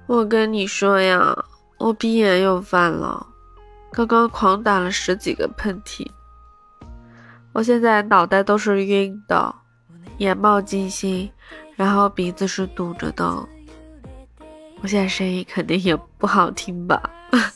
我跟你说呀，我鼻炎又犯了，刚刚狂打了10几个喷嚏，我现在脑袋都是晕的，眼冒金星，然后鼻子是堵着的，我现在声音肯定也不好听吧。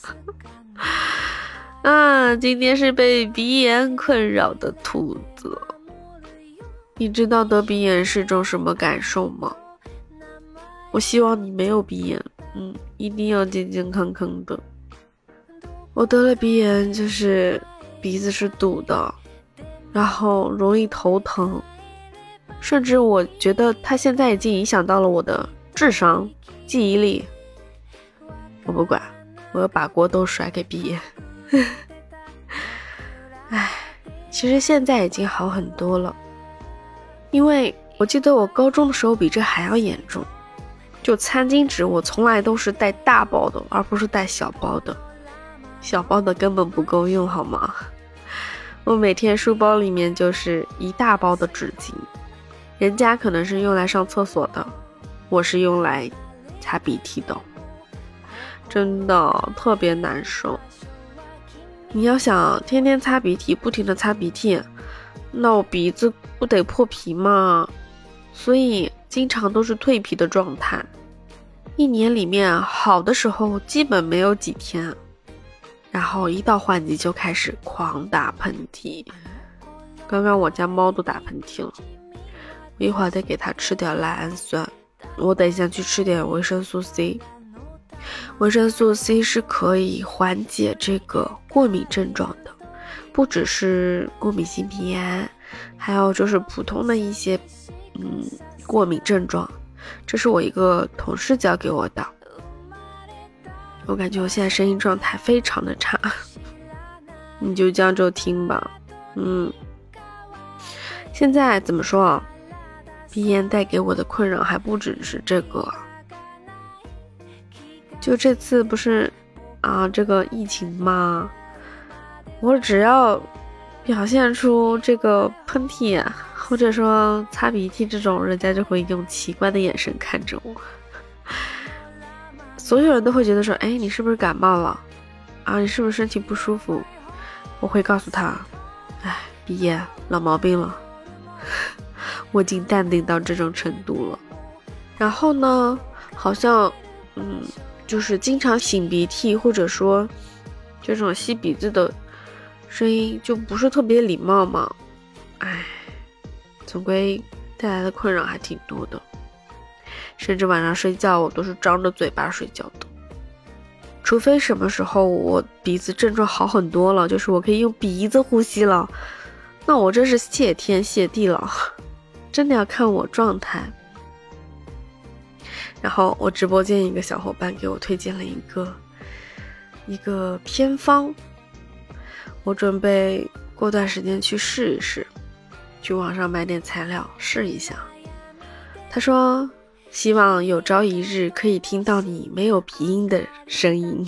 今天是被鼻炎困扰的兔子。你知道得鼻炎是种什么感受吗？我希望你没有鼻炎，一定要健健康康的。我得了鼻炎，就是鼻子是堵的，然后容易头疼，甚至我觉得它现在已经影响到了我的智商、记忆力。我不管，我要把锅都甩给鼻炎。其实现在已经好很多了，因为我记得我高中的时候比这还要严重，就餐巾纸我从来都是带大包的，而不是带小包的，小包的根本不够用好吗？我每天书包里面就是一大包的纸巾，人家可能是用来上厕所的，我是用来擦鼻涕的，真的特别难受。你要想天天擦鼻涕，不停的擦鼻涕，那我鼻子不得破皮吗？所以经常都是蜕皮的状态，一年里面好的时候基本没有几天，然后一到换季就开始狂打喷嚏。刚刚我家猫都打喷嚏了，我一会儿得给它吃点赖氨酸，我等一下去吃点维生素 C。维生素 C 是可以缓解这个过敏症状的，不只是过敏性鼻炎，还有就是普通的一些过敏症状，这是我一个同事教给我的。我感觉我现在声音状态非常的差，你就将就听吧。现在怎么说啊？鼻炎带给我的困扰还不只是这个，就这次不是这个疫情嘛，我只要表现出这个喷嚏或者说擦鼻涕这种，人家就会用奇怪的眼神看着我，所有人都会觉得说，你是不是感冒了你是不是身体不舒服？我会告诉他，鼻炎老毛病了。我已经淡定到这种程度了。然后呢，好像就是经常擤鼻涕或者说这种吸鼻子的声音就不是特别礼貌嘛，总归带来的困扰还挺多的，甚至晚上睡觉我都是张着嘴巴睡觉的，除非什么时候我鼻子症状好很多了，就是我可以用鼻子呼吸了，那我真是谢天谢地了，真的要看我状态。然后我直播间一个小伙伴给我推荐了一个偏方，我准备过段时间去试一试，去网上买点材料试一下。他说希望有朝一日可以听到你没有鼻音的声音。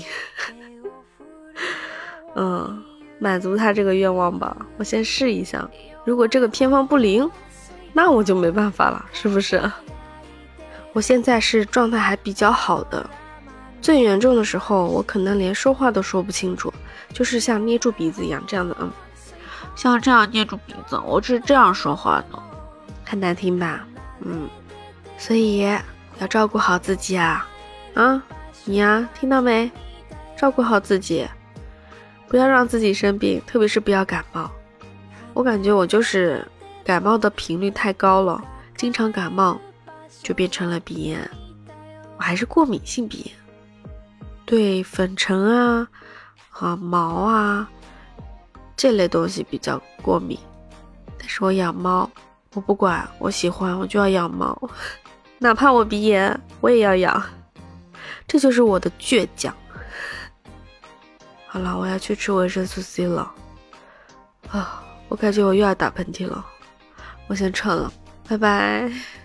满足他这个愿望吧，我先试一下，如果这个偏方不灵，那我就没办法了，是不是？我现在是状态还比较好的，最严重的时候我可能连说话都说不清楚，就是像捏住鼻子一样这样的像这样捏住鼻子，我是这样说话的，很难听吧？所以要照顾好自己你听到没？照顾好自己，不要让自己生病，特别是不要感冒。我感觉我就是感冒的频率太高了，经常感冒就变成了鼻炎，我还是过敏性鼻炎，对粉尘毛这类东西比较过敏。但是我养猫，我不管，我喜欢我就要养猫，哪怕我鼻炎我也要养，这就是我的倔强。好了，我要去吃维生素 C 了我感觉我又要打喷嚏了，我先撤了，拜拜。